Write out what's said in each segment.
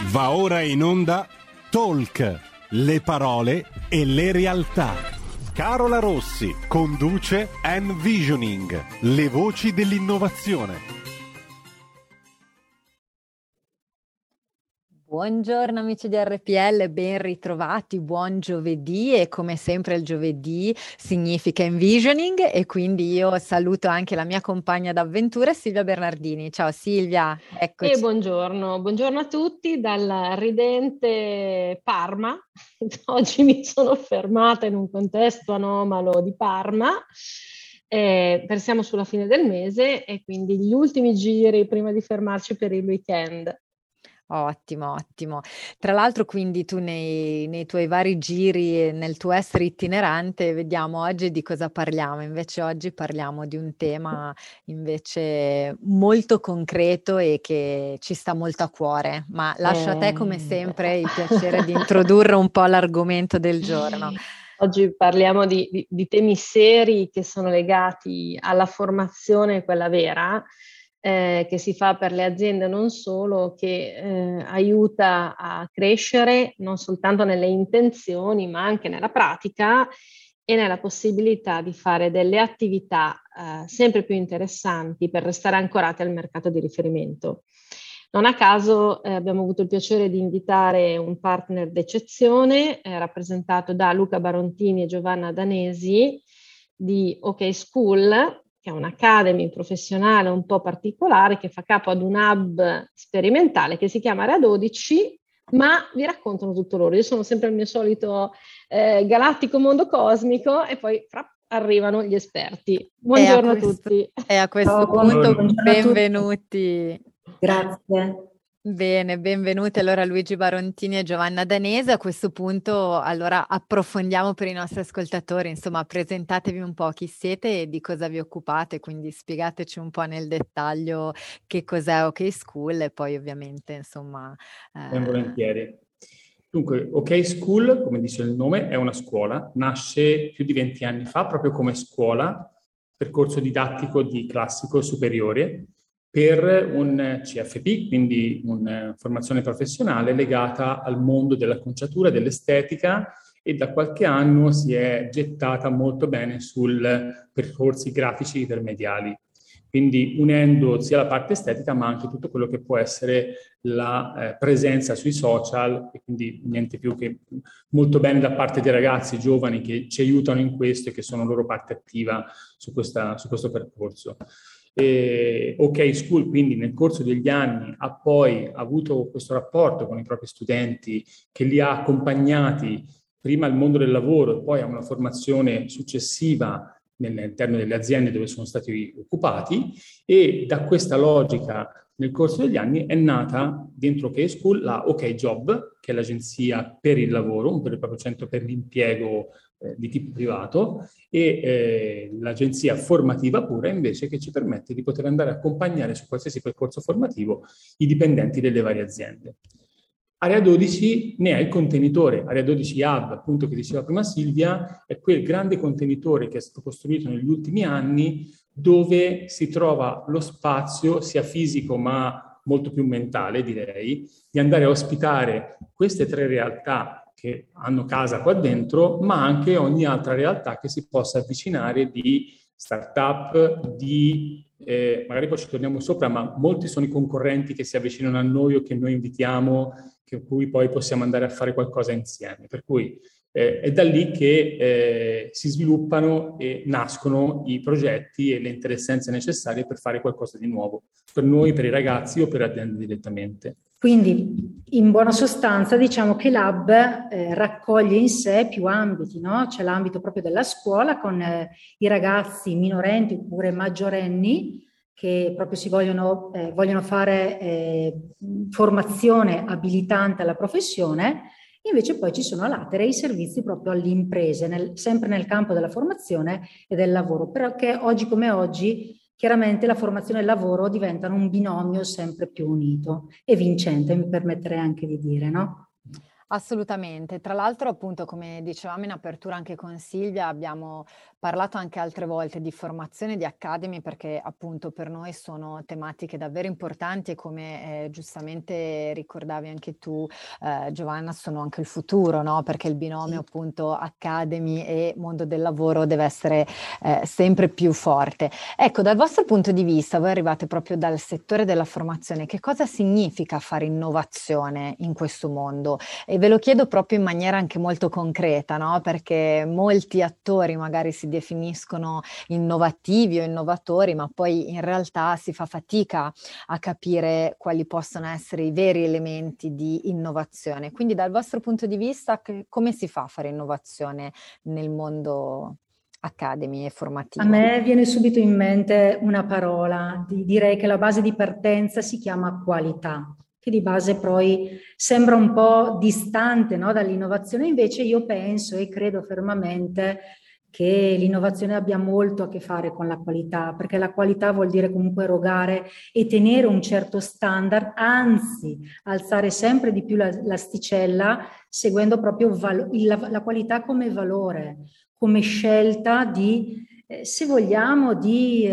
Va ora in onda Talk, le parole e le realtà. Carola Rossi conduce Envisioning, le voci dell'innovazione. Buongiorno amici di RPL, ben ritrovati, buon giovedì e come sempre il giovedì significa Envisioning e quindi io saluto anche la mia compagna d'avventura Silvia Bernardini. Ciao Silvia, eccoci. E buongiorno a tutti dal ridente Parma. Oggi mi sono fermata in un contesto anomalo di Parma. Siamo sulla fine del mese e quindi gli ultimi giri prima di fermarci per il weekend. Ottimo, ottimo. Tra l'altro quindi tu nei tuoi vari giri, nel tuo essere itinerante, vediamo oggi di cosa parliamo. Invece oggi parliamo di un tema invece molto concreto e che ci sta molto a cuore. Ma lascio a te come sempre il piacere di introdurre un po' l'argomento del giorno. Oggi parliamo di temi seri che sono legati alla formazione, quella vera, che si fa per le aziende non solo, che aiuta a crescere non soltanto nelle intenzioni ma anche nella pratica e nella possibilità di fare delle attività sempre più interessanti per restare ancorati al mercato di riferimento. Non a caso abbiamo avuto il piacere di invitare un partner d'eccezione rappresentato da Luca Barontini e Giovanna Danesi di OK School, che è un'academy professionale un po' particolare che fa capo ad un hub sperimentale che si chiama Area 12, ma vi raccontano tutto loro. Io sono sempre il mio solito galattico mondo cosmico e poi arrivano gli esperti. Buongiorno a tutti. E a questo punto benvenuti. Grazie. Bene, benvenuti allora Luigi Barontini e Giovanna Danese. A questo punto allora approfondiamo per i nostri ascoltatori, insomma presentatevi un po' chi siete e di cosa vi occupate, quindi spiegateci un po' nel dettaglio che cos'è OK School e poi ovviamente insomma... Ben volentieri. Dunque, OK School, come dice il nome, è una scuola, nasce più di 20 anni fa proprio come scuola, percorso didattico di classico superiore, per un CFP, quindi una formazione professionale legata al mondo dell'acconciatura, dell'estetica, e da qualche anno si è gettata molto bene sul percorsi grafici intermediali, quindi unendo sia la parte estetica ma anche tutto quello che può essere la presenza sui social, e quindi niente più che molto bene da parte dei ragazzi giovani che ci aiutano in questo e che sono loro parte attiva su questo percorso. OK School quindi nel corso degli anni ha poi avuto questo rapporto con i propri studenti che li ha accompagnati prima al mondo del lavoro e poi a una formazione successiva all'interno delle aziende dove sono stati occupati, e da questa logica nel corso degli anni è nata dentro OK School la OK Job, che è l'agenzia per il lavoro, un vero e proprio centro per l'impiego di tipo privato, e l'agenzia formativa pure invece, che ci permette di poter andare a accompagnare su qualsiasi percorso formativo i dipendenti delle varie aziende. Area 12 ne è il contenitore. Area 12 Hub, appunto, che diceva prima Silvia, è quel grande contenitore che è stato costruito negli ultimi anni, dove si trova lo spazio, sia fisico ma molto più mentale, direi, di andare a ospitare queste tre realtà che hanno casa qua dentro, ma anche ogni altra realtà che si possa avvicinare di startup, magari poi ci torniamo sopra, ma molti sono i concorrenti che si avvicinano a noi o che noi invitiamo, con cui poi possiamo andare a fare qualcosa insieme. Per cui è da lì che si sviluppano e nascono i progetti e le interessenze necessarie per fare qualcosa di nuovo, per noi, per i ragazzi o per aziende direttamente. Quindi, in buona sostanza, diciamo che l'hub raccoglie in sé più ambiti, no? C'è l'ambito proprio della scuola con i ragazzi minorenni oppure maggiorenni che proprio vogliono fare formazione abilitante alla professione. Invece poi ci sono a latere i servizi proprio alle imprese, sempre nel campo della formazione e del lavoro, però che oggi come oggi chiaramente la formazione e il lavoro diventano un binomio sempre più unito e vincente, mi permetterei anche di dire, no? Assolutamente. Tra l'altro, appunto, come dicevamo in apertura anche con Silvia, abbiamo parlato anche altre volte di formazione di Academy, perché appunto per noi sono tematiche davvero importanti e come giustamente ricordavi anche tu, Giovanna, sono anche il futuro, no? Perché il binomio appunto Academy e mondo del lavoro deve essere sempre più forte. Ecco, dal vostro punto di vista, voi arrivate proprio dal settore della formazione, che cosa significa fare innovazione in questo mondo? E ve lo chiedo proprio in maniera anche molto concreta, no? Perché molti attori magari si definiscono innovativi o innovatori, ma poi in realtà si fa fatica a capire quali possono essere i veri elementi di innovazione. Quindi dal vostro punto di vista, come si fa a fare innovazione nel mondo Academy e formativo? A me viene subito in mente una parola, direi che la base di partenza si chiama qualità, che di base poi sembra un po' distante, no, dall'innovazione, invece io penso e credo fermamente che l'innovazione abbia molto a che fare con la qualità, perché la qualità vuol dire comunque erogare e tenere un certo standard, anzi alzare sempre di più l'asticella, seguendo proprio la qualità come valore, come scelta di, se vogliamo, di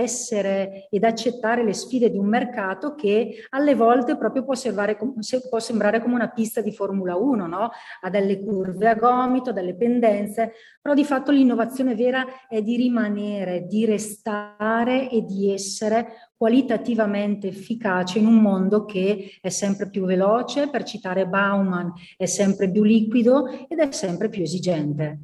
essere ed accettare le sfide di un mercato che alle volte proprio può sembrare come una pista di Formula 1, no? Ha delle curve a gomito, delle pendenze, però di fatto l'innovazione vera è di rimanere, di restare e di essere qualitativamente efficace in un mondo che è sempre più veloce, per citare Bauman, è sempre più liquido ed è sempre più esigente.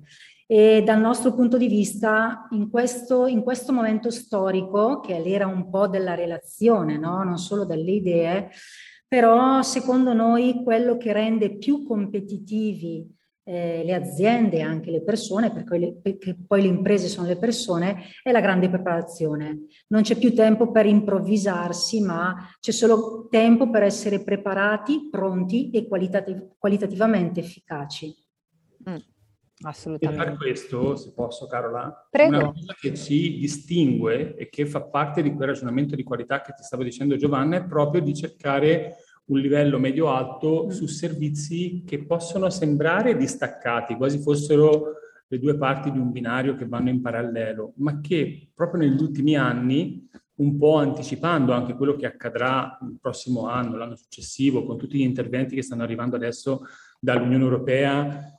E dal nostro punto di vista, in questo momento storico, che è l'era un po' della relazione, no? Non solo delle idee, però secondo noi quello che rende più competitivi le aziende e anche le persone, perché poi le imprese sono le persone, è la grande preparazione. Non c'è più tempo per improvvisarsi, ma c'è solo tempo per essere preparati, pronti e qualitativamente efficaci. Assolutamente. E per questo, se posso, Carola, prego. Una cosa che ci distingue e che fa parte di quel ragionamento di qualità che ti stavo dicendo, Giovanna, è proprio di cercare un livello medio-alto su servizi che possono sembrare distaccati, quasi fossero le due parti di un binario che vanno in parallelo, ma che proprio negli ultimi anni, un po' anticipando anche quello che accadrà il prossimo anno, l'anno successivo, con tutti gli interventi che stanno arrivando adesso dall'Unione Europea,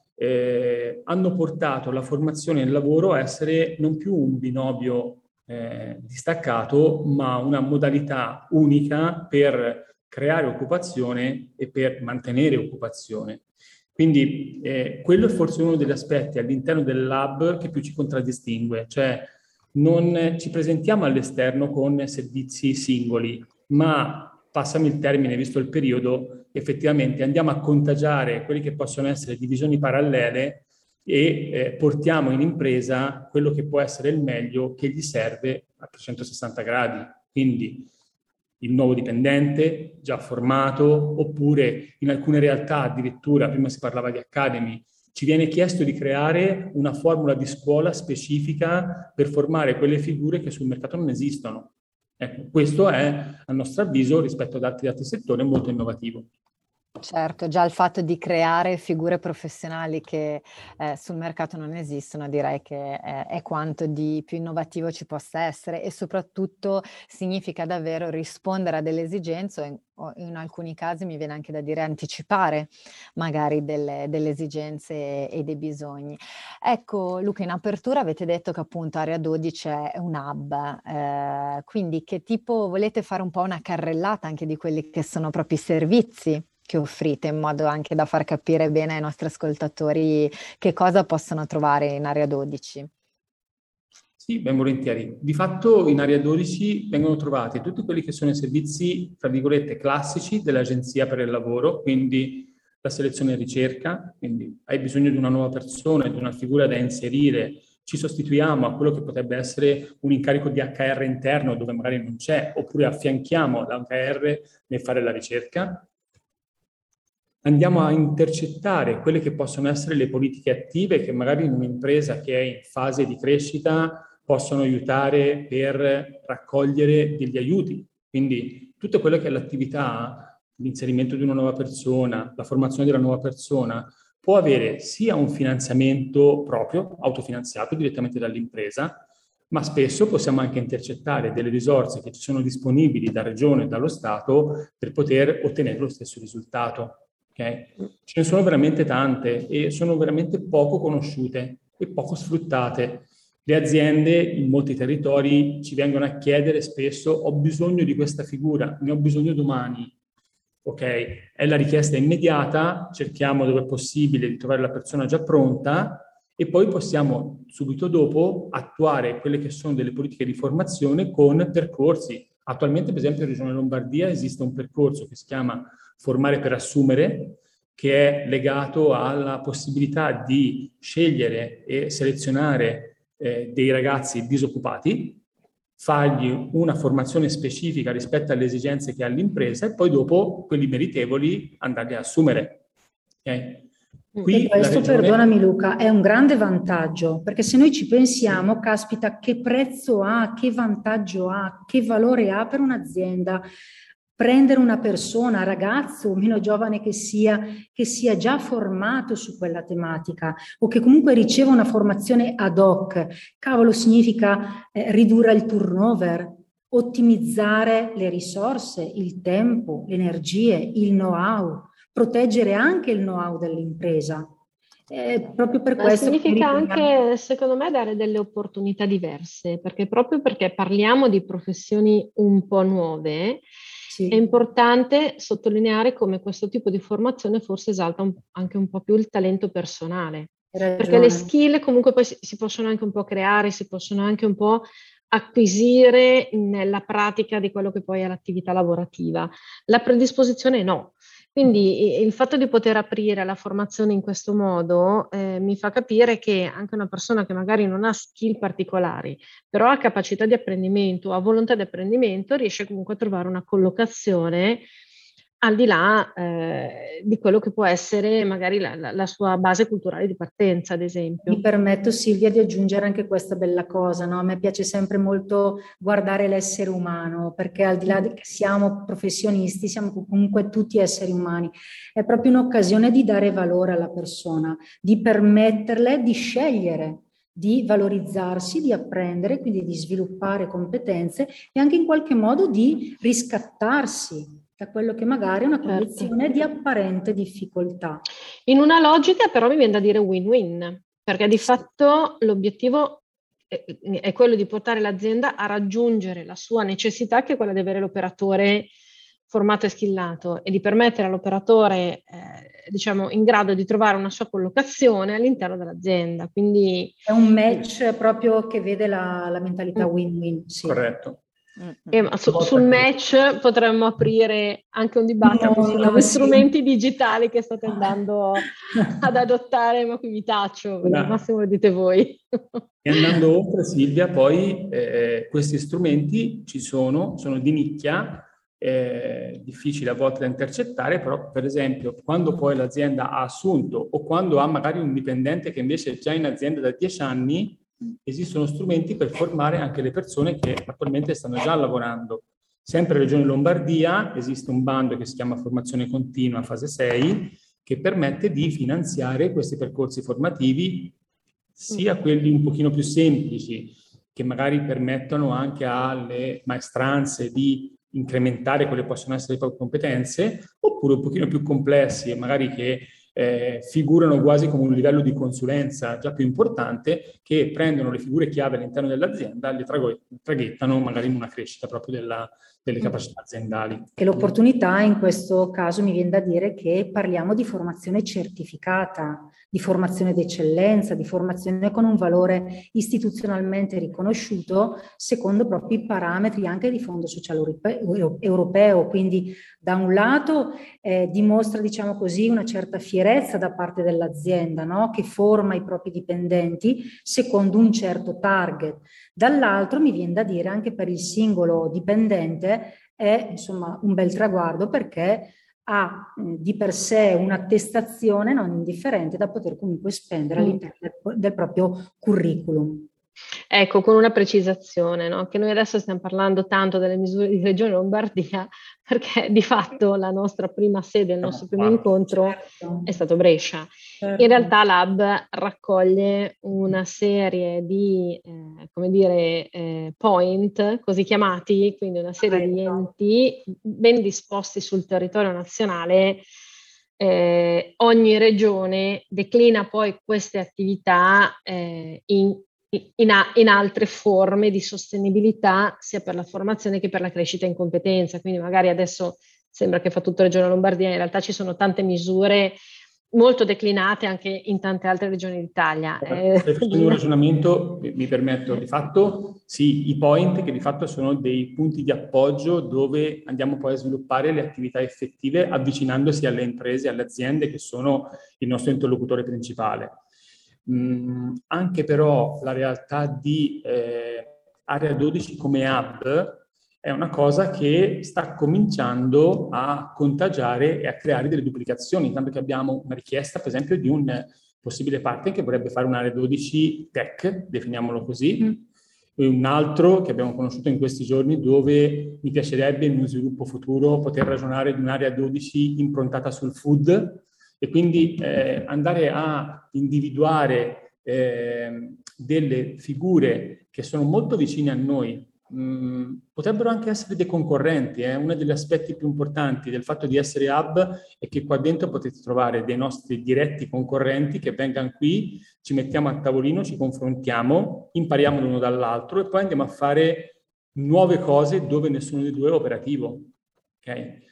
hanno portato la formazione e il lavoro a essere non più un binomio distaccato, ma una modalità unica per creare occupazione e per mantenere occupazione. Quindi quello è forse uno degli aspetti all'interno del lab che più ci contraddistingue, cioè non ci presentiamo all'esterno con servizi singoli, ma passami il termine, visto il periodo, effettivamente andiamo a contagiare quelli che possono essere divisioni parallele e portiamo in impresa quello che può essere il meglio che gli serve a 360 gradi. Quindi il nuovo dipendente già formato, oppure in alcune realtà addirittura, prima si parlava di Academy, ci viene chiesto di creare una formula di scuola specifica per formare quelle figure che sul mercato non esistono. Ecco, questo è, a nostro avviso, rispetto ad altri settori, molto innovativo. Certo, già il fatto di creare figure professionali che sul mercato non esistono, direi che è quanto di più innovativo ci possa essere, e soprattutto significa davvero rispondere a delle esigenze, o in alcuni casi mi viene anche da dire anticipare magari delle esigenze e dei bisogni. Ecco, Luca, in apertura avete detto che appunto Area 12 è un hub, quindi che tipo volete fare un po' una carrellata anche di quelli che sono proprio i servizi che offrite, in modo anche da far capire bene ai nostri ascoltatori che cosa possono trovare in Area 12. Sì, ben volentieri. Di fatto in Area 12 vengono trovati tutti quelli che sono i servizi, tra virgolette, classici dell'Agenzia per il Lavoro, quindi la selezione e ricerca, quindi hai bisogno di una nuova persona, di una figura da inserire, ci sostituiamo a quello che potrebbe essere un incarico di HR interno dove magari non c'è, oppure affianchiamo l'HR nel fare la ricerca. Andiamo a intercettare quelle che possono essere le politiche attive che magari in un'impresa che è in fase di crescita possono aiutare per raccogliere degli aiuti. Quindi tutto quello che è l'attività l'inserimento di una nuova persona, la formazione della nuova persona, può avere sia un finanziamento proprio, autofinanziato direttamente dall'impresa, ma spesso possiamo anche intercettare delle risorse che ci sono disponibili da regione e dallo Stato per poter ottenere lo stesso risultato. Okay? Ce ne sono veramente tante e sono veramente poco conosciute e poco sfruttate. Le aziende in molti territori ci vengono a chiedere spesso: ho bisogno di questa figura, ne ho bisogno domani. Ok, è la richiesta immediata, cerchiamo dove è possibile di trovare la persona già pronta e poi possiamo subito dopo attuare quelle che sono delle politiche di formazione con percorsi. Attualmente, per esempio, in Regione Lombardia esiste un percorso che si chiama Formare per Assumere, che è legato alla possibilità di scegliere e selezionare dei ragazzi disoccupati, fargli una formazione specifica rispetto alle esigenze che ha l'impresa e poi dopo quelli meritevoli andarli a assumere. Okay? Qui e questo, regione... perdonami Luca, è un grande vantaggio, perché se noi ci pensiamo, caspita, che prezzo ha, che vantaggio ha, che valore ha per un'azienda prendere una persona, ragazzo o meno giovane che sia già formato su quella tematica o che comunque riceva una formazione ad hoc. Cavolo, significa ridurre il turnover, ottimizzare le risorse, il tempo, le energie, il know-how, proteggere anche il know-how dell'impresa. Proprio per questo significa anche, secondo me, dare delle opportunità diverse, perché proprio perché parliamo di professioni un po' nuove, sì, è importante sottolineare come questo tipo di formazione forse esalta anche un po' più il talento personale, perché le skill comunque poi si possono anche un po' creare, si possono anche un po' acquisire nella pratica di quello che poi è l'attività lavorativa. La predisposizione no. Quindi il fatto di poter aprire la formazione in questo modo mi fa capire che anche una persona che magari non ha skill particolari, però ha capacità di apprendimento, ha volontà di apprendimento, riesce comunque a trovare una collocazione al di là di quello che può essere magari la sua base culturale di partenza, ad esempio. Mi permetto, Silvia, di aggiungere anche questa bella cosa, no? A me piace sempre molto guardare l'essere umano, perché al di là che siamo professionisti, siamo comunque tutti esseri umani. È proprio un'occasione di dare valore alla persona, di permetterle di scegliere, di valorizzarsi, di apprendere, quindi di sviluppare competenze e anche in qualche modo di riscattarsi da quello che magari è una condizione di apparente difficoltà. In una logica però mi viene da dire win-win, perché di fatto l'obiettivo è quello di portare l'azienda a raggiungere la sua necessità, che è quella di avere l'operatore formato e skillato, e di permettere all'operatore diciamo in grado di trovare una sua collocazione all'interno dell'azienda. Quindi è un match proprio che vede la mentalità win-win. Sì. Corretto. Sul match potremmo aprire anche un dibattito sui nuovi strumenti digitali che state andando ad adottare, ma qui vi taccio, al massimo lo dite voi. E andando oltre, Silvia, poi questi strumenti sono di nicchia, difficili a volte da intercettare, però per esempio quando poi l'azienda ha assunto o quando ha magari un dipendente che invece è già in azienda da 10 anni, esistono strumenti per formare anche le persone che attualmente stanno già lavorando. Sempre in Regione Lombardia esiste un bando che si chiama Formazione Continua fase 6, che permette di finanziare questi percorsi formativi, sia quelli un pochino più semplici, che magari permettono anche alle maestranze di incrementare quelle che possono essere le proprie competenze, oppure un pochino più complessi e magari che figurano quasi come un livello di consulenza già più importante, che prendono le figure chiave all'interno dell'azienda e le traghettano magari in una crescita proprio delle capacità aziendali. E l'opportunità in questo caso mi viene da dire che parliamo di formazione certificata, di formazione d'eccellenza, di formazione con un valore istituzionalmente riconosciuto secondo proprio i parametri anche di Fondo Sociale Europeo. Quindi da un lato dimostra, diciamo così, una certa fierezza da parte dell'azienda, no? Che forma i propri dipendenti secondo un certo target. Dall'altro mi viene da dire anche per il singolo dipendente è insomma un bel traguardo, perché ha di per sé un'attestazione non indifferente da poter comunque spendere all'interno del proprio curriculum. Ecco, con una precisazione, no? Che noi adesso stiamo parlando tanto delle misure di Regione Lombardia, perché di fatto la nostra prima sede, il nostro primo incontro è stato Brescia. Certo. In realtà l'hub raccoglie una serie di, point, così chiamati, quindi una serie di enti ben disposti sul territorio nazionale. Ogni regione declina poi queste attività in altre forme di sostenibilità, sia per la formazione che per la crescita in competenza. Quindi magari adesso sembra che fa tutto Regione Lombardia, in realtà ci sono tante misure molto declinate anche in tante altre regioni d'Italia. Stai facendo un ragionamento, mi permetto, di fatto, sì, i point che di fatto sono dei punti di appoggio dove andiamo poi a sviluppare le attività effettive avvicinandosi alle imprese, alle aziende che sono il nostro interlocutore principale. Anche però la realtà di Area 12 come hub è una cosa che sta cominciando a contagiare e a creare delle duplicazioni, tanto che abbiamo una richiesta, per esempio, di un possibile partner che vorrebbe fare un'area 12 tech, definiamolo così, e un altro che abbiamo conosciuto in questi giorni dove mi piacerebbe in uno sviluppo futuro poter ragionare di un'area 12 improntata sul food, e quindi andare a individuare delle figure che sono molto vicine a noi. Potrebbero anche essere dei concorrenti. Uno degli aspetti più importanti del fatto di essere hub è che qua dentro potete trovare dei nostri diretti concorrenti che vengano qui, ci mettiamo a tavolino, ci confrontiamo, impariamo l'uno dall'altro e poi andiamo a fare nuove cose dove nessuno dei due è operativo. Ok?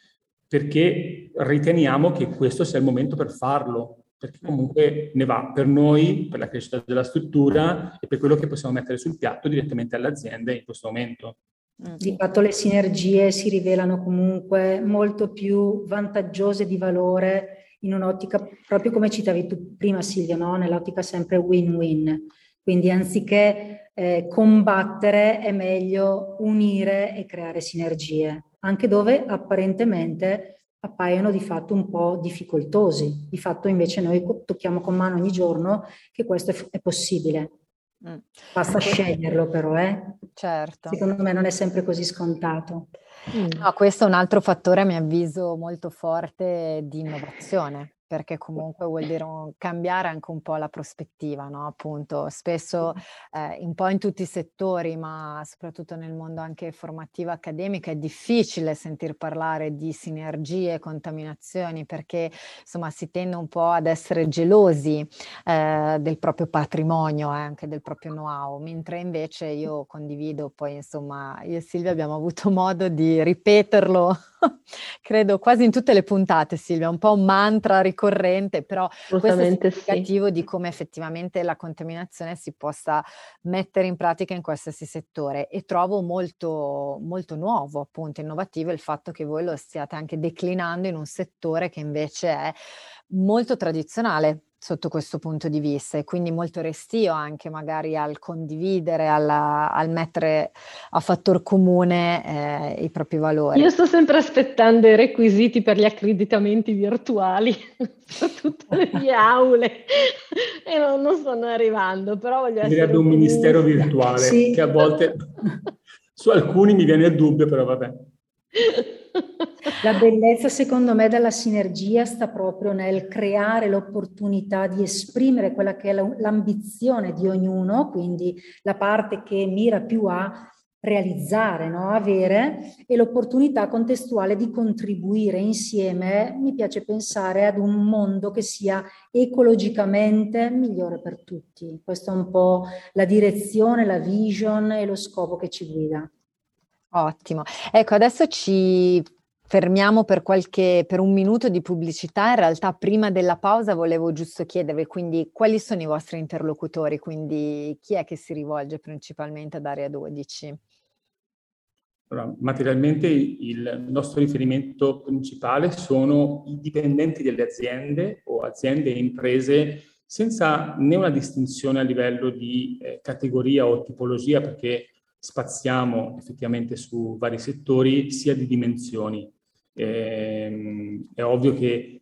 Perché riteniamo che questo sia il momento per farlo, perché comunque ne va per noi, per la crescita della struttura e per quello che possiamo mettere sul piatto direttamente alle aziende in questo momento. Di fatto le sinergie si rivelano comunque molto più vantaggiose di valore in un'ottica, proprio come citavi tu prima Silvia, no? Nell'ottica sempre win-win. Quindi anziché combattere è meglio unire e creare sinergie, anche dove apparentemente appaiono di fatto un po' difficoltosi. Di fatto invece noi tocchiamo con mano ogni giorno che questo è possibile. Basta sceglierlo però, Certo. Secondo me non è sempre così scontato. No, questo è un altro fattore, a mio avviso, molto forte di innovazione, perché comunque vuol dire cambiare anche un po' la prospettiva, no? Appunto, spesso un po' in tutti i settori, ma soprattutto nel mondo anche formativo accademico, è difficile sentir parlare di sinergie, contaminazioni, perché insomma si tende un po' ad essere gelosi del proprio patrimonio, anche del proprio know-how, mentre invece io condivido, poi insomma io e Silvia abbiamo avuto modo di ripeterlo credo quasi in tutte le puntate, Silvia, un po' un mantra ricorrente, però questo è significativo di come effettivamente la contaminazione si possa mettere in pratica in qualsiasi settore, e trovo molto, molto nuovo, appunto innovativo, il fatto che voi lo stiate anche declinando in un settore che invece è molto tradizionale sotto questo punto di vista, e quindi molto restio anche magari al condividere, al mettere a fattor comune i propri valori. Io sto sempre aspettando i requisiti per gli accreditamenti virtuali per tutte le mie aule e non stanno arrivando, però voglio essere Direbbe un ministero virtuale, sì, che a volte su alcuni mi viene il dubbio, però vabbè. La bellezza secondo me della sinergia sta proprio nel creare l'opportunità di esprimere quella che è l'ambizione di ognuno, quindi la parte che mira più a realizzare, no? Avere, e l'opportunità contestuale di contribuire insieme. Mi piace pensare ad un mondo che sia ecologicamente migliore per tutti. Questa è un po' la direzione, la vision e lo scopo che ci guida. Ottimo. Ecco, adesso ci fermiamo per un minuto di pubblicità. In realtà prima della pausa volevo giusto chiedervi quindi quali sono i vostri interlocutori, quindi chi è che si rivolge principalmente ad Area 12? Allora, materialmente il nostro riferimento principale sono i dipendenti delle aziende o aziende e imprese, senza né una distinzione a livello di categoria o tipologia, perché spaziamo effettivamente su vari settori, sia di dimensioni. È ovvio che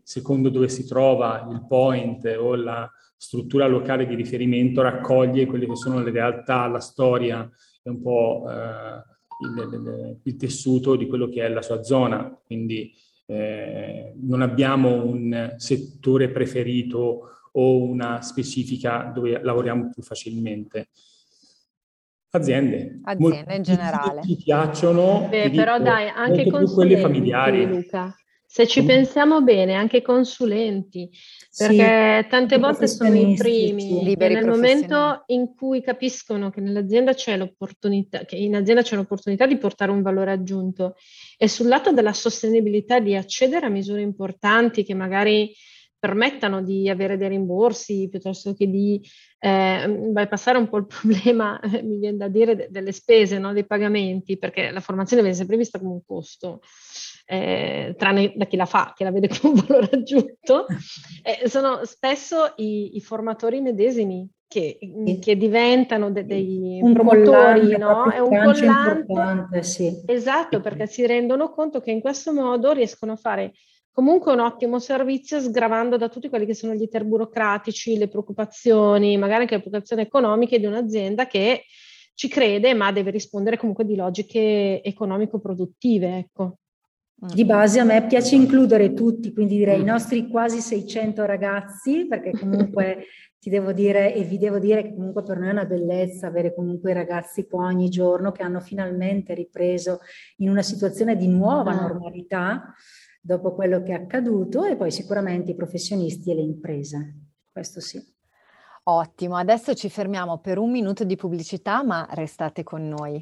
secondo dove si trova il point o la struttura locale di riferimento, raccoglie quelle che sono le realtà, la storia e un po' il tessuto di quello che è la sua zona. Quindi non abbiamo un settore preferito o una specifica dove lavoriamo più facilmente. Aziende in generale. Ci piacciono, però dai, anche molto più quelle familiari. Luca. Se ci pensiamo bene, anche consulenti, perché tante volte sono i primi, nel momento in cui capiscono che nell'azienda c'è l'opportunità, che in azienda c'è l'opportunità di portare un valore aggiunto, e sul lato della sostenibilità di accedere a misure importanti che magari permettano di avere dei rimborsi piuttosto che di bypassare un po' il problema, mi viene da dire, delle spese, no? Dei pagamenti, perché la formazione viene sempre vista come un costo, tranne da chi la fa, che la vede come un valore aggiunto. Sono spesso i formatori medesimi che diventano dei promotori, no? È un collante, sì. Esatto, perché si rendono conto che in questo modo riescono a fare comunque un ottimo servizio, sgravando da tutti quelli che sono gli iter burocratici, le preoccupazioni, magari anche le preoccupazioni economiche di un'azienda che ci crede, ma deve rispondere comunque di logiche economico-produttive, ecco. Di base a me piace includere tutti, quindi direi i nostri quasi 600 ragazzi, perché comunque ti devo dire e vi devo dire che comunque per noi è una bellezza avere comunque i ragazzi qua ogni giorno che hanno finalmente ripreso in una situazione di nuova normalità dopo quello che è accaduto, e poi sicuramente i professionisti e le imprese, questo sì. Ottimo, adesso ci fermiamo per un minuto di pubblicità, ma restate con noi.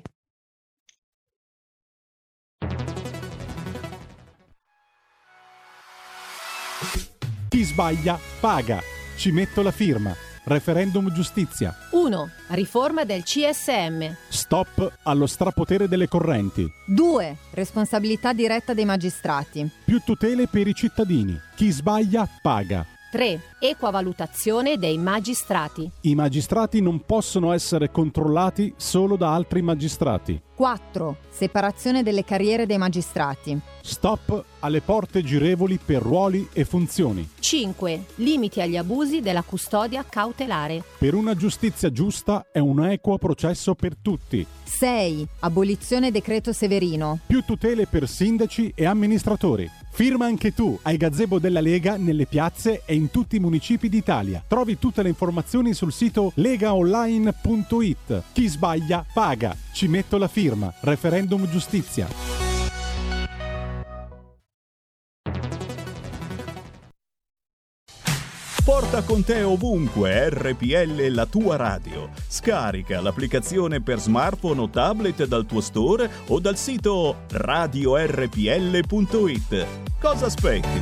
Chi sbaglia paga. Ci metto la firma. Referendum giustizia. 1. Riforma del CSM. Stop allo strapotere delle correnti. 2. Responsabilità diretta dei magistrati. Più tutele per i cittadini. Chi sbaglia paga. 3. Equa valutazione dei magistrati. I magistrati non possono essere controllati solo da altri magistrati. 4. Separazione delle carriere dei magistrati. Stop alle porte girevoli per ruoli e funzioni. 5. Limiti agli abusi della custodia cautelare. Per una giustizia giusta e un equo processo per tutti. 6. Abolizione decreto Severino. Più tutele per sindaci e amministratori. Firma anche tu ai gazebo della Lega nelle piazze e in tutti i municipi d'Italia. Trovi tutte le informazioni sul sito legaonline.it. Chi sbaglia paga. Ci metto la firma. Referendum giustizia. Porta con te ovunque RPL, la tua radio. Scarica l'applicazione per smartphone o tablet dal tuo store o dal sito radiorpl.it. Cosa aspetti?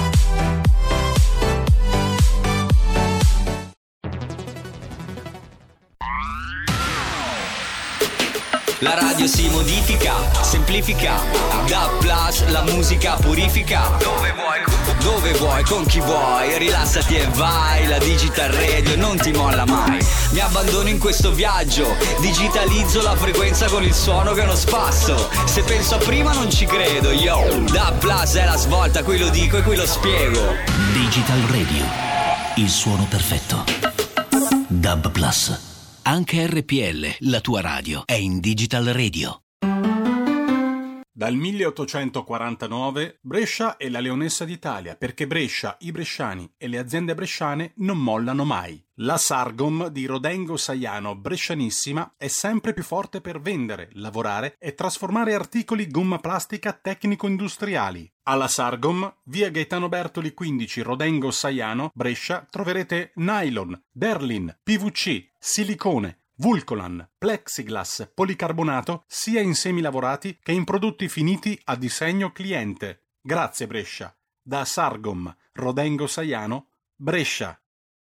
La radio si modifica, semplifica, da plus la musica purifica. Dove vuoi, con chi vuoi, rilassati e vai. La Digital Radio non ti molla mai. Mi abbandono in questo viaggio, digitalizzo la frequenza con il suono che è uno spasso. Se penso a prima non ci credo, yo. Da plus è la svolta, qui lo dico e qui lo spiego. Digital Radio, il suono perfetto. DAB Plus. Anche RPL, la tua radio, è in Digital Radio. Dal 1849 Brescia è la leonessa d'Italia, perché Brescia, i bresciani e le aziende bresciane non mollano mai. La Sargom di Rodengo Saiano Brescianissima è sempre più forte per vendere, lavorare e trasformare articoli gomma plastica tecnico-industriali. Alla Sargom, via Gaetano Bertoli 15 Rodengo Saiano, Brescia, troverete nylon, derlin, PVC, silicone, Vulcolan, plexiglass, policarbonato, sia in semi lavorati che in prodotti finiti a disegno cliente. Grazie Brescia. Da Sargom, Rodengo Saiano, Brescia.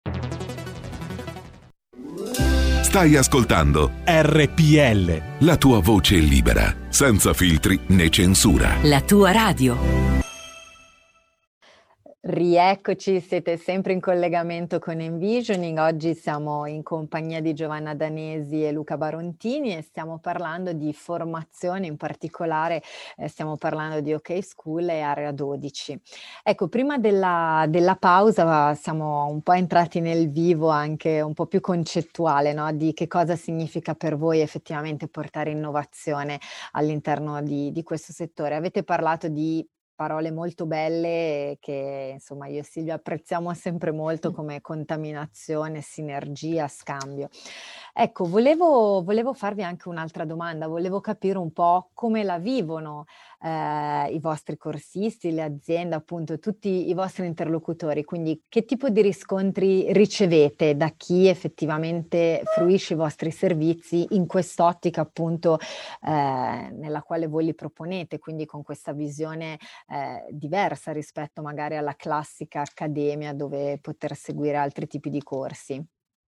Stai ascoltando RPL. La tua voce libera, senza filtri né censura. La tua radio. Rieccoci, siete sempre in collegamento con Envisioning. Oggi siamo in compagnia di Giovanna Danesi e Luca Barontini e stiamo parlando di formazione, in particolare stiamo parlando di OK School e Area 12. Ecco, prima della pausa siamo un po' entrati nel vivo anche un po' più concettuale, no? Di che cosa significa per voi effettivamente portare innovazione all'interno di questo settore. Avete parlato di parole molto belle che insomma io e Silvia apprezziamo sempre molto, come contaminazione, sinergia, scambio. Ecco, volevo farvi anche un'altra domanda, volevo capire un po' come la vivono i vostri corsisti, le aziende, appunto tutti i vostri interlocutori, quindi che tipo di riscontri ricevete da chi effettivamente fruisce i vostri servizi in quest'ottica appunto nella quale voi li proponete, quindi con questa visione diversa rispetto magari alla classica accademia dove poter seguire altri tipi di corsi.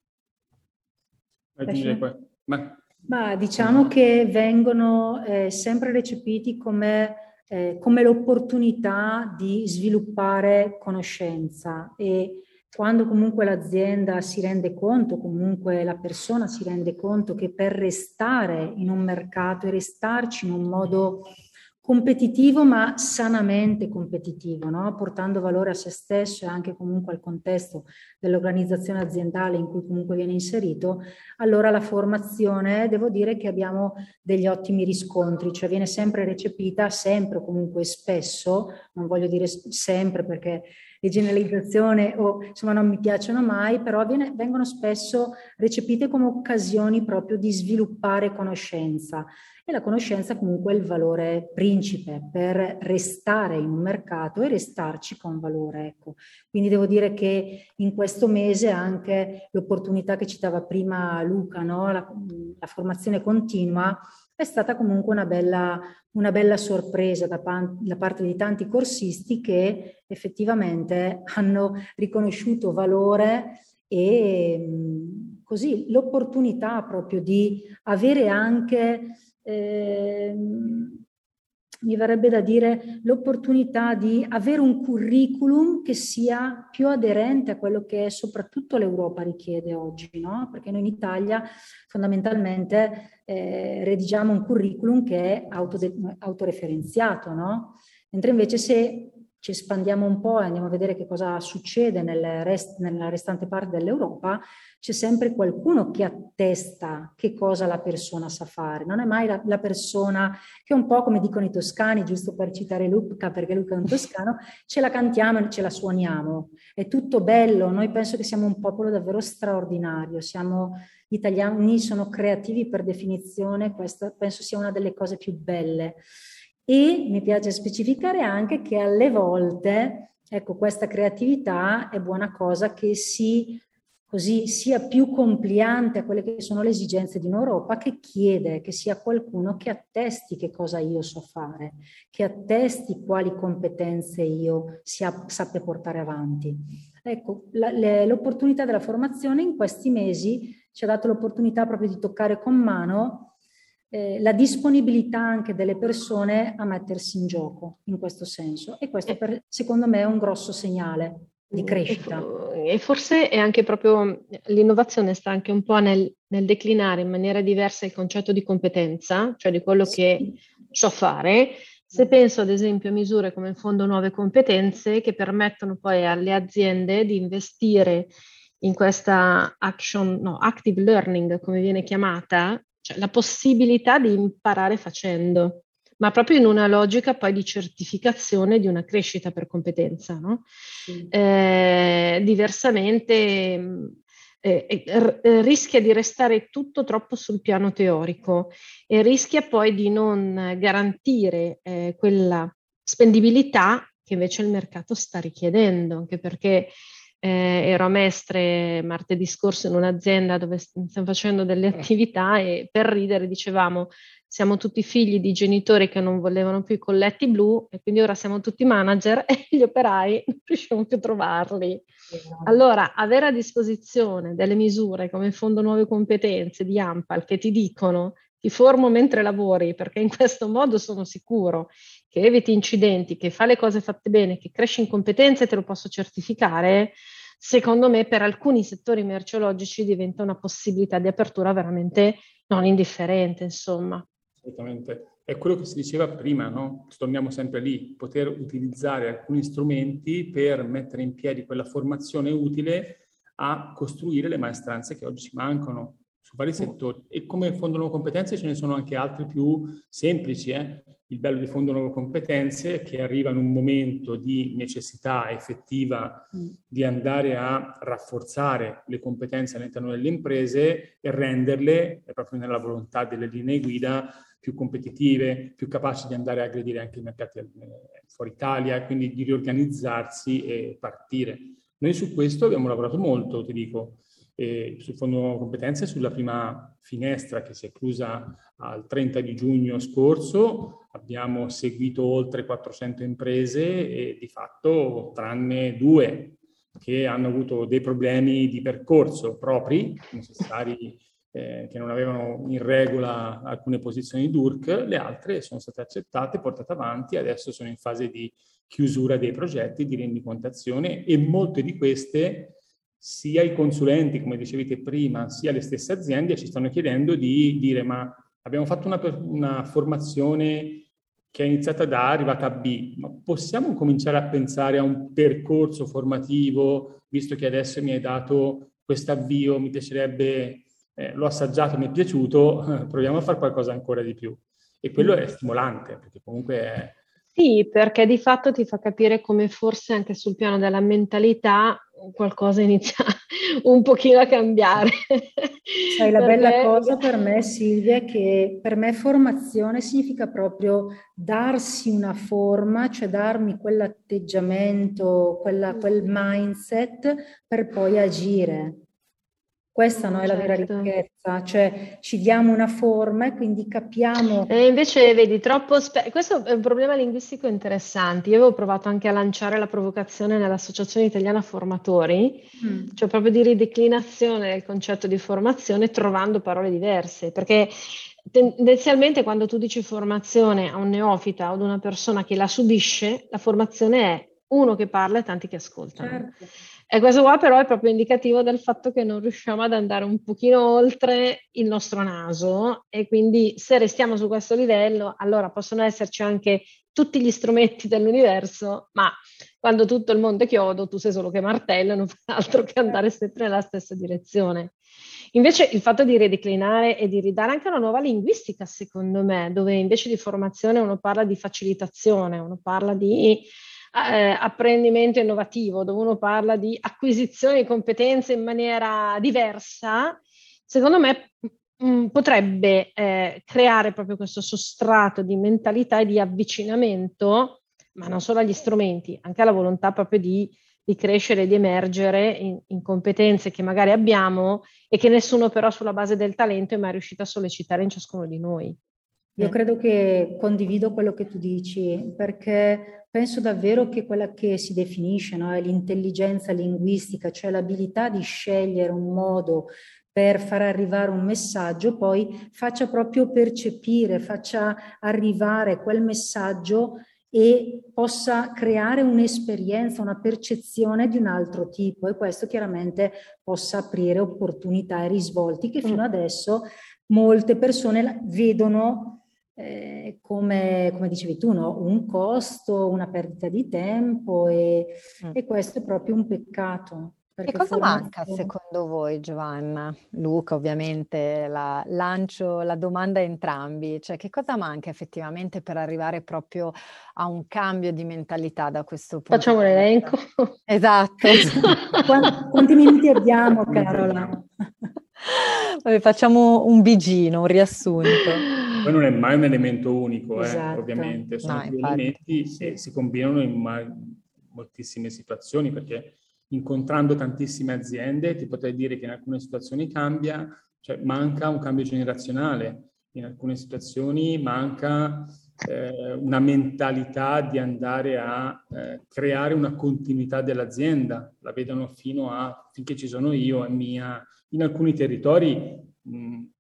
Ma diciamo che vengono sempre recepiti come l'opportunità di sviluppare conoscenza, e quando comunque l'azienda si rende conto, comunque la persona si rende conto che per restare in un mercato e restarci in un modo competitivo ma sanamente competitivo, no? Portando valore a se stesso e anche comunque al contesto dell'organizzazione aziendale in cui comunque viene inserito, allora la formazione, devo dire che abbiamo degli ottimi riscontri, cioè viene sempre recepita, sempre o comunque spesso, non voglio dire sempre perché le generalizzazioni insomma non mi piacciono mai, però vengono spesso recepite come occasioni proprio di sviluppare conoscenza. E la conoscenza comunque è il valore principe per restare in un mercato e restarci con valore. Ecco. Quindi devo dire che in questo mese anche l'opportunità che citava prima Luca, no? La formazione continua, è stata comunque una bella sorpresa da parte di tanti corsisti che effettivamente hanno riconosciuto valore e così l'opportunità proprio di avere anche mi verrebbe da dire l'opportunità di avere un curriculum che sia più aderente a quello che soprattutto l'Europa richiede oggi, no? Perché noi in Italia fondamentalmente redigiamo un curriculum che è autoreferenziato, no? Mentre invece se ci espandiamo un po' e andiamo a vedere che cosa succede nella restante parte dell'Europa, c'è sempre qualcuno che attesta che cosa la persona sa fare. Non è mai la persona che un po' come dicono i toscani, giusto per citare Luca, perché Luca è un toscano, ce la cantiamo e ce la suoniamo. È tutto bello, noi penso che siamo un popolo davvero straordinario, gli italiani sono creativi per definizione, questa penso sia una delle cose più belle. E mi piace specificare anche che alle volte, ecco, questa creatività è buona cosa che sia più compliante a quelle che sono le esigenze di un'Europa che chiede che sia qualcuno che attesti che cosa io so fare, che attesti quali competenze io sappia portare avanti. Ecco, l'opportunità della formazione in questi mesi ci ha dato l'opportunità proprio di toccare con mano la disponibilità anche delle persone a mettersi in gioco in questo senso, e questo secondo me è un grosso segnale di crescita. E forse è anche proprio l'innovazione sta anche un po' nel declinare in maniera diversa il concetto di competenza, cioè di quello che so fare. Se penso ad esempio a misure come il Fondo Nuove Competenze che permettono poi alle aziende di investire in questa active learning, come viene chiamata, cioè la possibilità di imparare facendo, ma proprio in una logica poi di certificazione di una crescita per competenza, no? Diversamente rischia di restare tutto troppo sul piano teorico e rischia poi di non garantire quella spendibilità che invece il mercato sta richiedendo, anche perché ero a Mestre martedì scorso in un'azienda dove stiamo facendo delle attività e per ridere dicevamo siamo tutti figli di genitori che non volevano più i colletti blu e quindi ora siamo tutti manager e gli operai non riusciamo più a trovarli. Allora avere a disposizione delle misure come il Fondo Nuove Competenze di ANPAL che ti dicono ti formo mentre lavori, perché in questo modo sono sicuro che eviti incidenti, che fa le cose fatte bene, che cresci in competenze, te lo posso certificare, secondo me per alcuni settori merceologici diventa una possibilità di apertura veramente non indifferente, insomma. Assolutamente. È quello che si diceva prima, no? Torniamo sempre lì, poter utilizzare alcuni strumenti per mettere in piedi quella formazione utile a costruire le maestranze che oggi ci mancano su vari settori. E come Fondo Nuove Competenze ce ne sono anche altri più semplici. Il bello di Fondo Nuove Competenze è che arriva in un momento di necessità effettiva di andare a rafforzare le competenze all'interno delle imprese e renderle, proprio nella volontà delle linee guida, più competitive, più capaci di andare a aggredire anche i mercati fuori Italia, e quindi di riorganizzarsi e partire. Noi su questo abbiamo lavorato molto, ti dico, sul Fondo Nuove Competenze, sulla prima finestra che si è chiusa al 30 di giugno scorso, abbiamo seguito oltre 400 imprese e di fatto tranne 2 che hanno avuto dei problemi di percorso propri, necessari, che non avevano in regola alcune posizioni DURC, le altre sono state accettate, portate avanti, adesso sono in fase di chiusura dei progetti, di rendicontazione, e molte di queste sia i consulenti, come dicevete prima, sia le stesse aziende ci stanno chiedendo di dire: ma abbiamo fatto una formazione che è iniziata da A, arrivata a B, ma possiamo cominciare a pensare a un percorso formativo, visto che adesso mi hai dato questo avvio, mi piacerebbe, l'ho assaggiato, mi è piaciuto, proviamo a fare qualcosa ancora di più. E quello è stimolante, perché comunque è... Sì, perché di fatto ti fa capire come forse anche sul piano della mentalità qualcosa inizia un pochino a cambiare. Sai, la bella cosa per me, Silvia, è che per me formazione significa proprio darsi una forma, cioè darmi quell'atteggiamento, quel mindset per poi agire. Questa no, è la vera ricchezza, cioè ci diamo una forma e quindi capiamo... E invece vedi, questo è un problema linguistico interessante. Io avevo provato anche a lanciare la provocazione nell'Associazione Italiana Formatori, cioè proprio di rideclinazione del concetto di formazione trovando parole diverse, perché tendenzialmente quando tu dici formazione a un neofita o ad una persona che la subisce, la formazione è uno che parla e tanti che ascoltano. Certo. E questo qua però è proprio indicativo del fatto che non riusciamo ad andare un pochino oltre il nostro naso, e quindi se restiamo su questo livello, allora possono esserci anche tutti gli strumenti dell'universo, ma quando tutto il mondo è chiodo, tu sei solo che martello e non fai altro che andare sempre nella stessa direzione. Invece il fatto di rideclinare e di ridare anche una nuova linguistica, secondo me, dove invece di formazione uno parla di facilitazione, uno parla di apprendimento innovativo, dove uno parla di acquisizione di competenze in maniera diversa, secondo me potrebbe creare proprio questo sostrato di mentalità e di avvicinamento, ma non solo agli strumenti, anche alla volontà proprio di crescere e di emergere in competenze che magari abbiamo e che nessuno però sulla base del talento è mai riuscito a sollecitare in ciascuno di noi. Io credo che condivido quello che tu dici, perché penso davvero che quella che si definisce, no, è l'intelligenza linguistica, cioè l'abilità di scegliere un modo per far arrivare un messaggio, poi faccia proprio percepire, faccia arrivare quel messaggio e possa creare un'esperienza, una percezione di un altro tipo, e questo chiaramente possa aprire opportunità e risvolti che fino adesso molte persone vedono come dicevi tu, no? Un costo, una perdita di tempo, e questo è proprio un peccato. Che cosa manca secondo voi, Giovanna? Luca, ovviamente lancio la domanda a entrambi, cioè che cosa manca effettivamente per arrivare proprio a un cambio di mentalità da questo punto Facciamo di vista? l'elenco. Esatto. Quanti minuti abbiamo, Carola? Vabbè, facciamo un bigino, un riassunto. Poi non è mai un elemento unico, Esatto. ovviamente, sono No, più infatti. elementi e si combinano in moltissime situazioni, perché incontrando tantissime aziende ti potrei dire che in alcune situazioni cambia, cioè manca un cambio generazionale, in alcune situazioni manca una mentalità di andare a creare una continuità dell'azienda, la vedono finché ci sono io, è mia. In alcuni territori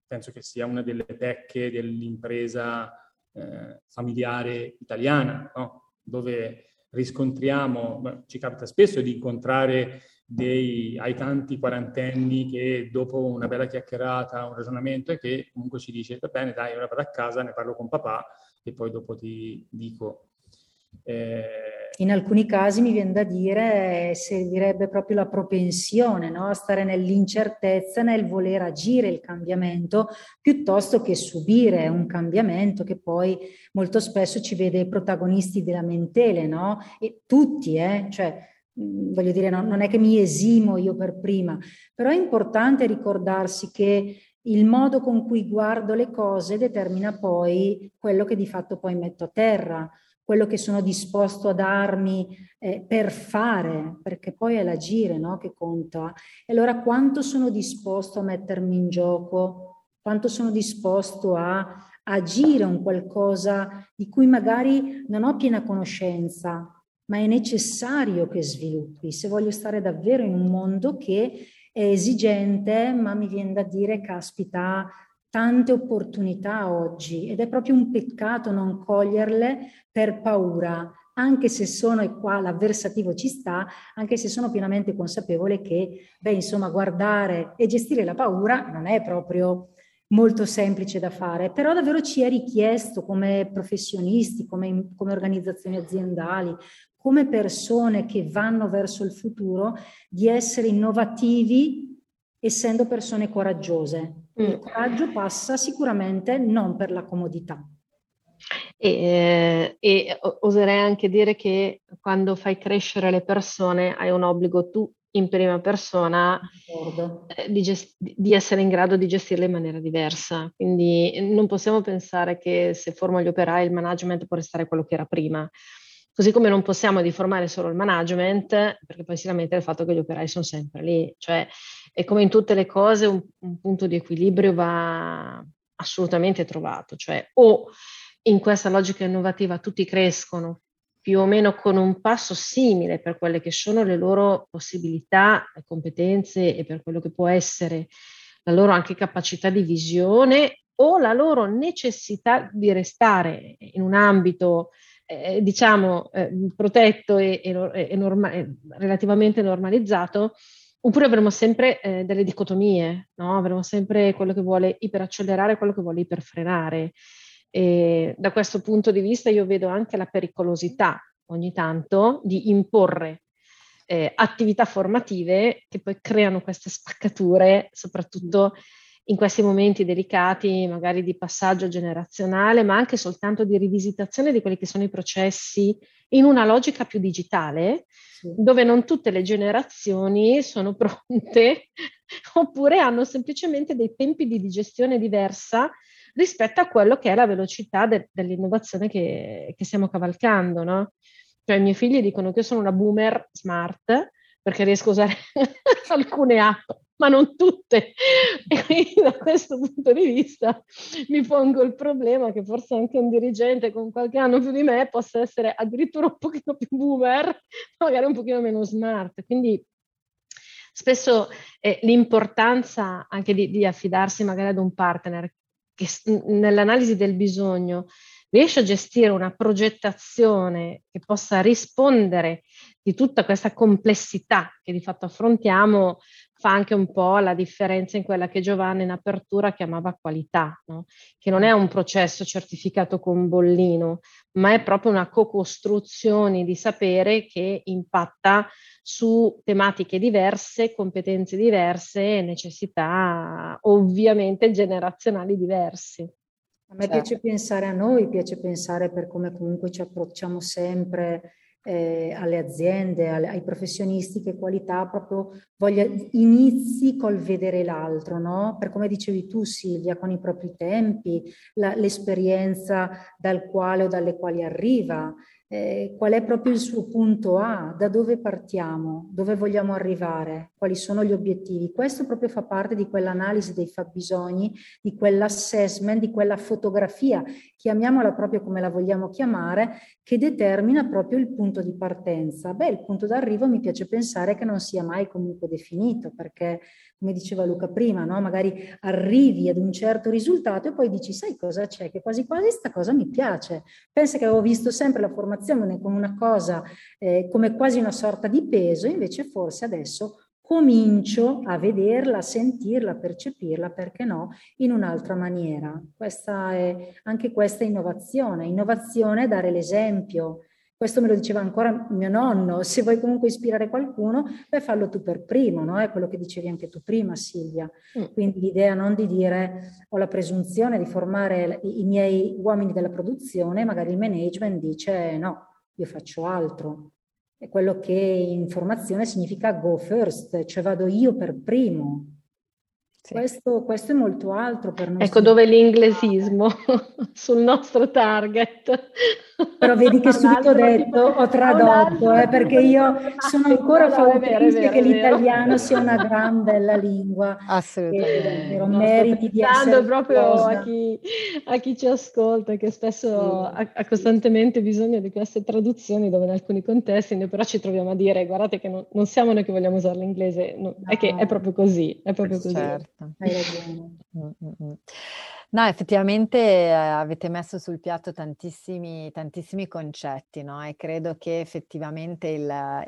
penso che sia una delle pecche dell'impresa familiare italiana, no? Dove riscontriamo, ci capita spesso di incontrare ai tanti quarantenni che dopo una bella chiacchierata, un ragionamento, e che comunque ci dice: va bene, dai, ora vado a casa, ne parlo con papà e poi dopo ti dico. In alcuni casi mi viene da dire servirebbe proprio la propensione, no? A stare nell'incertezza, nel voler agire il cambiamento, piuttosto che subire un cambiamento che poi molto spesso ci vede protagonisti delle lamentele, no? E tutti, cioè, voglio dire, non è che mi esimo io per prima, però è importante ricordarsi che il modo con cui guardo le cose determina poi quello che di fatto poi metto a terra, quello che sono disposto a darmi per fare, perché poi è l'agire, no, che conta. E allora quanto sono disposto a mettermi in gioco, quanto sono disposto a agire un qualcosa di cui magari non ho piena conoscenza, ma è necessario che sviluppi, se voglio stare davvero in un mondo che è esigente, ma mi viene da dire, caspita, tante opportunità oggi, ed è proprio un peccato non coglierle per paura, anche se sono, e qua l'avversativo ci sta, anche se sono pienamente consapevole che, insomma, guardare e gestire la paura non è proprio molto semplice da fare, però davvero ci è richiesto come professionisti, come organizzazioni aziendali, come persone che vanno verso il futuro, di essere innovativi essendo persone coraggiose. Il coraggio passa sicuramente non per la comodità. E oserei anche dire che quando fai crescere le persone hai un obbligo tu in prima persona di essere in grado di gestirle in maniera diversa. Quindi non possiamo pensare che se formo gli operai il management può restare quello che era prima. Così come non possiamo formare solo il management, perché poi si lamenta il fatto che gli operai sono sempre lì. Cioè, è come in tutte le cose, un punto di equilibrio va assolutamente trovato. Cioè, o in questa logica innovativa tutti crescono più o meno con un passo simile per quelle che sono le loro possibilità, competenze, e per quello che può essere la loro anche capacità di visione, o la loro necessità di restare in un ambito protetto e relativamente normalizzato, oppure avremo sempre delle dicotomie, no? Avremo sempre quello che vuole iperaccelerare e quello che vuole iperfrenare. E da questo punto di vista io vedo anche la pericolosità ogni tanto di imporre attività formative che poi creano queste spaccature, soprattutto in questi momenti delicati, magari di passaggio generazionale, ma anche soltanto di rivisitazione di quelli che sono i processi in una logica più digitale, dove non tutte le generazioni sono pronte oppure hanno semplicemente dei tempi di digestione diversa rispetto a quello che è la velocità dell'innovazione che stiamo cavalcando, no? Cioè i miei figli dicono che io sono una boomer smart perché riesco a usare alcune app, ma non tutte. E quindi da questo punto di vista mi pongo il problema che forse anche un dirigente con qualche anno più di me possa essere addirittura un pochino più boomer, magari un pochino meno smart. Quindi spesso l'importanza anche di affidarsi magari ad un partner che nell'analisi del bisogno riesce a gestire una progettazione che possa rispondere di tutta questa complessità che di fatto affrontiamo, fa anche un po' la differenza in quella che Giovanna in apertura chiamava qualità, no? Che non è un processo certificato con bollino, ma è proprio una co-costruzione di sapere che impatta su tematiche diverse, competenze diverse e necessità ovviamente generazionali diversi. A me piace pensare a noi, piace pensare per come comunque ci approcciamo sempre alle aziende, ai professionisti, che qualità proprio inizi col vedere l'altro, no? Per come dicevi tu, Silvia, con i propri tempi, l'esperienza dal quale o dalle quali arriva, qual è proprio il suo punto A, da dove partiamo, dove vogliamo arrivare, quali sono gli obiettivi. Questo proprio fa parte di quell'analisi dei fabbisogni, di quell'assessment, di quella fotografia, chiamiamola proprio come la vogliamo chiamare, che determina proprio il punto di partenza. Beh, il punto d'arrivo mi piace pensare che non sia mai comunque definito, perché come diceva Luca prima, no? Magari arrivi ad un certo risultato e poi dici, sai cosa c'è? Che quasi quasi sta cosa mi piace. Pensa che avevo visto sempre la formazione come una cosa, come quasi una sorta di peso, invece forse adesso comincio a vederla, a sentirla, a percepirla, perché no, in un'altra maniera. Anche questa è innovazione. Innovazione è dare l'esempio. Questo me lo diceva ancora mio nonno: se vuoi comunque ispirare qualcuno, beh, fallo tu per primo, no? È quello che dicevi anche tu prima, Silvia. Quindi l'idea non di dire ho la presunzione di formare i miei uomini della produzione, magari il management dice no, io faccio altro. È quello che in formazione significa go first, cioè vado io per primo. Sì. Questo è molto altro per noi. Ecco dove l'inglesismo sul nostro target. Però vedi che subito ho tradotto, perché io sono ancora fautrice che l'italiano sia una gran bella lingua. Assolutamente. Meriti di essere proprio a chi ci ascolta, che spesso ha costantemente bisogno di queste traduzioni, dove in alcuni contesti noi però ci troviamo a dire guardate che non siamo noi che vogliamo usare l'inglese, è che è proprio così, è proprio così. Certo. Hai ragione. No, effettivamente avete messo sul piatto tantissimi concetti, no? E credo che effettivamente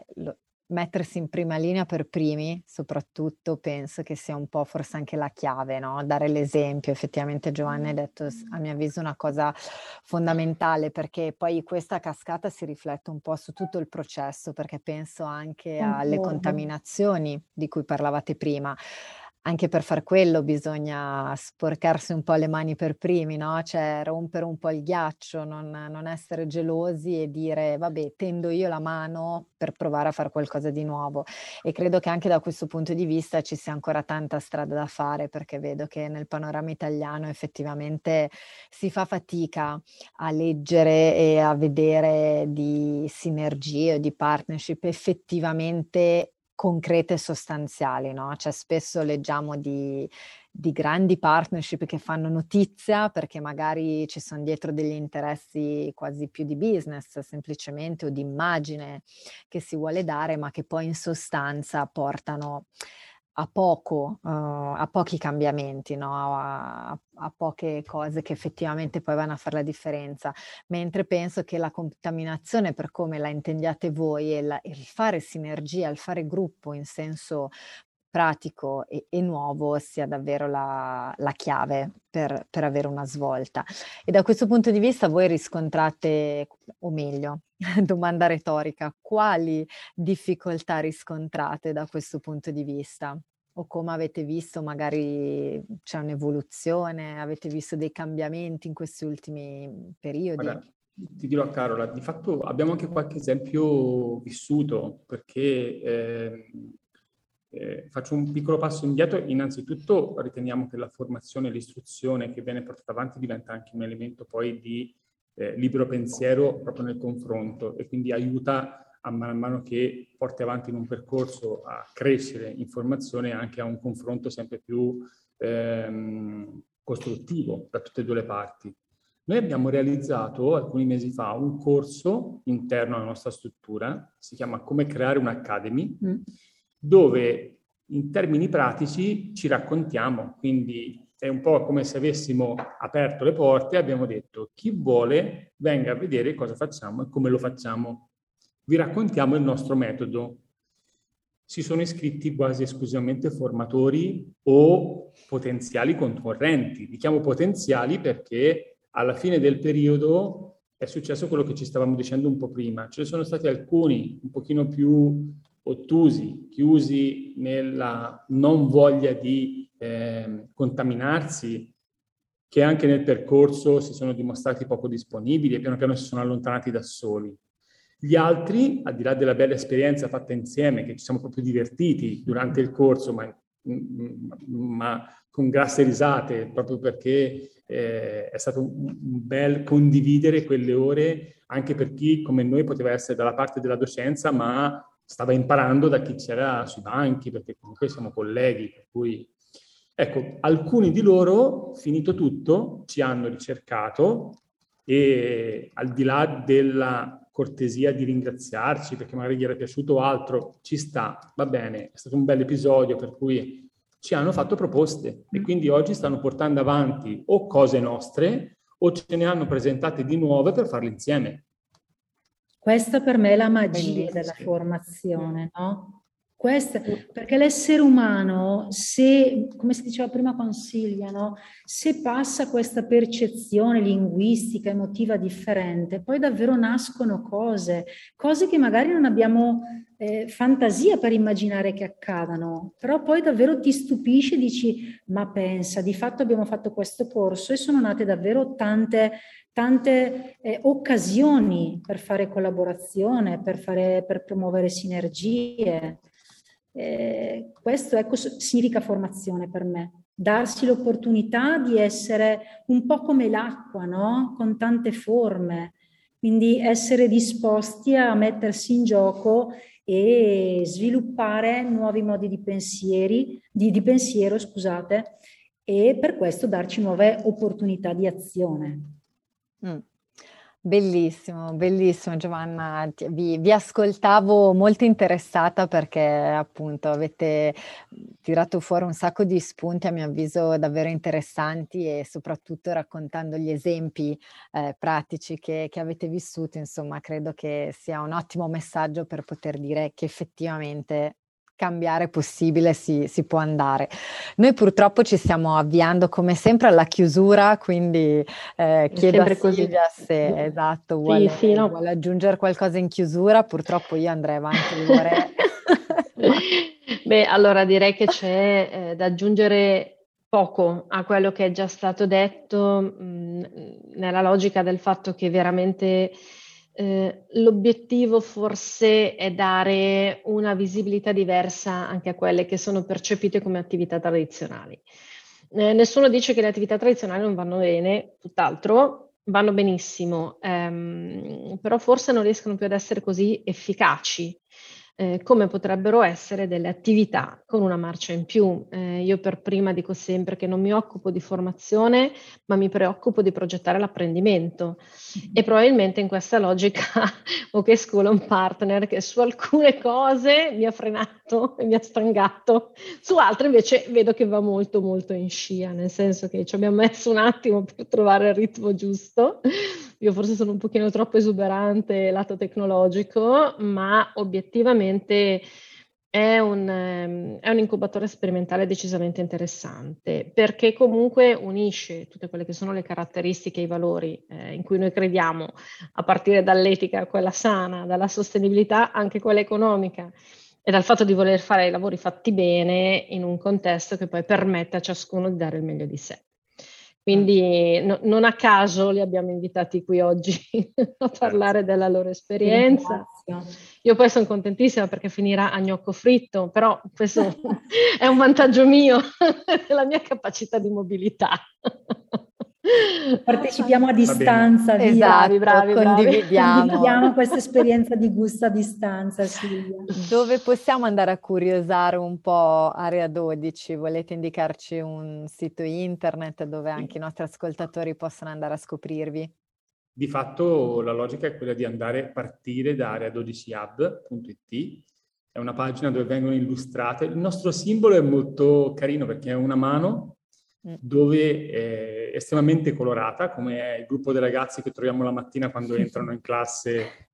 mettersi in prima linea per primi, soprattutto, penso che sia un po' forse anche la chiave, no? Dare l'esempio. Effettivamente Giovanni ha detto, a mio avviso, una cosa fondamentale, perché poi questa cascata si riflette un po' su tutto il processo, perché penso anche alle contaminazioni di cui parlavate prima. Anche per far quello bisogna sporcarsi un po' le mani per primi, no? Cioè rompere un po' il ghiaccio, non essere gelosi e dire vabbè, tendo io la mano per provare a fare qualcosa di nuovo. E credo che anche da questo punto di vista ci sia ancora tanta strada da fare, perché vedo che nel panorama italiano effettivamente si fa fatica a leggere e a vedere di sinergie o di partnership effettivamente concrete e sostanziali, no? Cioè spesso leggiamo di grandi partnership che fanno notizia perché magari ci sono dietro degli interessi quasi più di business semplicemente, o di immagine che si vuole dare, ma che poi in sostanza portano a pochi cambiamenti, no? a poche cose che effettivamente poi vanno a fare la differenza, mentre penso che la contaminazione, per come la intendiate voi, e il fare sinergia, il fare gruppo in senso pratico e nuovo sia davvero la chiave per avere una svolta. E da questo punto di vista voi riscontrate, o meglio, domanda retorica, quali difficoltà riscontrate da questo punto di vista? O come avete visto, magari c'è un'evoluzione, avete visto dei cambiamenti in questi ultimi periodi? Guarda, ti dirò, Carola, di fatto abbiamo anche qualche esempio vissuto, perché faccio un piccolo passo indietro. Innanzitutto riteniamo che la formazione e l'istruzione che viene portata avanti diventa anche un elemento poi di libero pensiero proprio nel confronto, e quindi aiuta a mano che porti avanti in un percorso a crescere in formazione anche a un confronto sempre più costruttivo da tutte e due le parti. Noi abbiamo realizzato alcuni mesi fa un corso interno alla nostra struttura, si chiama Come creare un'Academy, dove in termini pratici ci raccontiamo, quindi è un po' come se avessimo aperto le porte e abbiamo detto chi vuole venga a vedere cosa facciamo e come lo facciamo. Vi raccontiamo il nostro metodo. Si sono iscritti quasi esclusivamente formatori o potenziali concorrenti. Li chiamo potenziali perché alla fine del periodo è successo quello che ci stavamo dicendo un po' prima. Ce ne sono stati alcuni un pochino più ottusi, chiusi nella non voglia di contaminarsi, che anche nel percorso si sono dimostrati poco disponibili e piano piano si sono allontanati da soli. Gli altri, al di là della bella esperienza fatta insieme, che ci siamo proprio divertiti durante il corso, ma ma con grasse risate, proprio perché è stato un bel condividere quelle ore anche per chi come noi poteva essere dalla parte della docenza, ma stava imparando da chi c'era sui banchi, perché comunque siamo colleghi, per cui ecco, alcuni di loro, finito tutto, ci hanno ricercato e al di là della cortesia di ringraziarci perché magari gli era piaciuto altro, ci sta, va bene, è stato un bel episodio, per cui ci hanno fatto proposte e quindi oggi stanno portando avanti o cose nostre o ce ne hanno presentate di nuove per farle insieme. Questa per me è la magia della formazione, no? Questa, perché l'essere umano, se, come si diceva prima con Silvia, no? Se passa questa percezione linguistica, emotiva differente, poi davvero nascono cose che magari non abbiamo fantasia per immaginare che accadano, però poi davvero ti stupisci e dici, ma pensa, di fatto abbiamo fatto questo corso e sono nate davvero tante occasioni per fare collaborazione, per promuovere sinergie. Questo significa formazione per me, darsi l'opportunità di essere un po' come l'acqua, no? Con tante forme, quindi essere disposti a mettersi in gioco e sviluppare nuovi modi di pensiero, scusate, e per questo darci nuove opportunità di azione. Bellissimo, bellissimo Giovanna, vi ascoltavo molto interessata perché appunto avete tirato fuori un sacco di spunti a mio avviso davvero interessanti e soprattutto raccontando gli esempi pratici che avete vissuto, insomma credo che sia un ottimo messaggio per poter dire che effettivamente cambiare è possibile, si può andare. Noi purtroppo ci stiamo avviando come sempre alla chiusura, quindi chiedo a Silvia se esatto, vuole aggiungere qualcosa in chiusura, purtroppo io andrei avanti ore. Beh, allora direi che c'è da aggiungere poco a quello che è già stato detto, nella logica del fatto che veramente l'obiettivo forse è dare una visibilità diversa anche a quelle che sono percepite come attività tradizionali. Nessuno dice che le attività tradizionali non vanno bene, tutt'altro vanno benissimo, però forse non riescono più ad essere così efficaci come potrebbero essere delle attività con una marcia in più. Io per prima dico sempre che non mi occupo di formazione, ma mi preoccupo di progettare l'apprendimento. E probabilmente in questa logica OK School è un partner che su alcune cose mi ha frenato e mi ha strangato, su altre invece vedo che va molto molto in scia, nel senso che ci abbiamo messo un attimo per trovare il ritmo giusto. Io forse sono un pochino troppo esuberante lato tecnologico, ma obiettivamente è un incubatore sperimentale decisamente interessante, perché comunque unisce tutte quelle che sono le caratteristiche e i valori in cui noi crediamo, a partire dall'etica, quella sana, dalla sostenibilità, anche quella economica, e dal fatto di voler fare i lavori fatti bene in un contesto che poi permette a ciascuno di dare il meglio di sé. Quindi non a caso li abbiamo invitati qui oggi a parlare della loro esperienza. Io poi sono contentissima perché finirà a gnocco fritto, però questo è un vantaggio mio, la mia capacità di mobilità. Partecipiamo a distanza, esatto, bravi. Condividiamo questa esperienza di gusto a distanza, Silvia. Dove possiamo andare a curiosare un po' Area 12? Volete indicarci un sito internet dove anche i nostri ascoltatori possono andare a scoprirvi? Di fatto la logica è quella di partire da area12hub.it. È una pagina dove vengono illustrate. Il nostro simbolo è molto carino perché è una mano dove è estremamente colorata, come è il gruppo dei ragazzi che troviamo la mattina quando entrano in classe,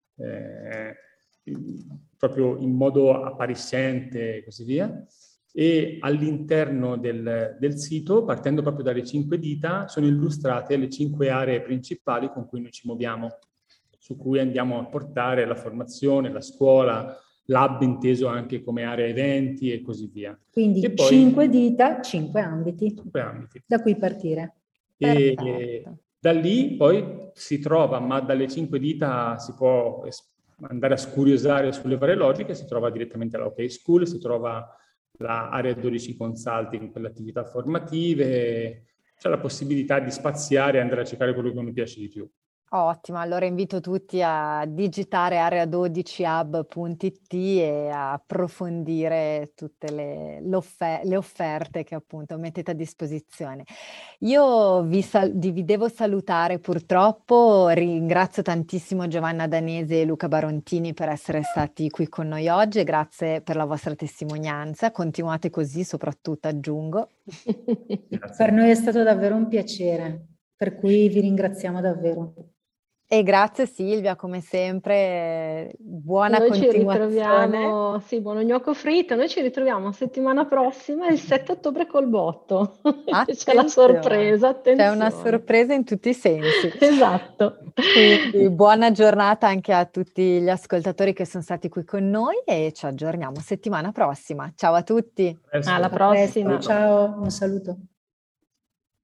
proprio in modo appariscente e così via. E all'interno del sito, partendo proprio dalle 5 dita, sono illustrate le 5 aree principali con cui noi ci muoviamo, su cui andiamo a portare la formazione, la scuola, l'hub inteso anche come area eventi e così via. Quindi e poi, 5 dita, 5 ambiti. 5 ambiti. Da cui partire. E da lì poi si trova, ma dalle 5 dita si può andare a scuriosare sulle varie logiche, si trova direttamente alla OK School, si trova l'area 12 Consulting per le attività formative, c'è la possibilità di spaziare e andare a cercare quello che mi piace di più. Ottimo, allora invito tutti a digitare area12hub.it e a approfondire tutte le offerte che appunto mettete a disposizione. Io vi devo salutare purtroppo, ringrazio tantissimo Giovanna Danese e Luca Barontini per essere stati qui con noi oggi e grazie per la vostra testimonianza, continuate così soprattutto, aggiungo. Per noi è stato davvero un piacere, per cui vi ringraziamo davvero. E grazie Silvia, come sempre, buona continuazione. Sì, buono gnocco fritto. Noi ci ritroviamo settimana prossima, il 7 ottobre col botto. C'è la sorpresa, attenzione. C'è una sorpresa in tutti i sensi. Esatto. Quindi, buona giornata anche a tutti gli ascoltatori che sono stati qui con noi e ci aggiorniamo settimana prossima. Ciao a tutti. Alla prossima. Ciao, un saluto.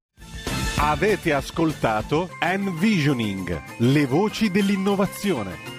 Avete ascoltato Envisioning, le voci dell'innovazione.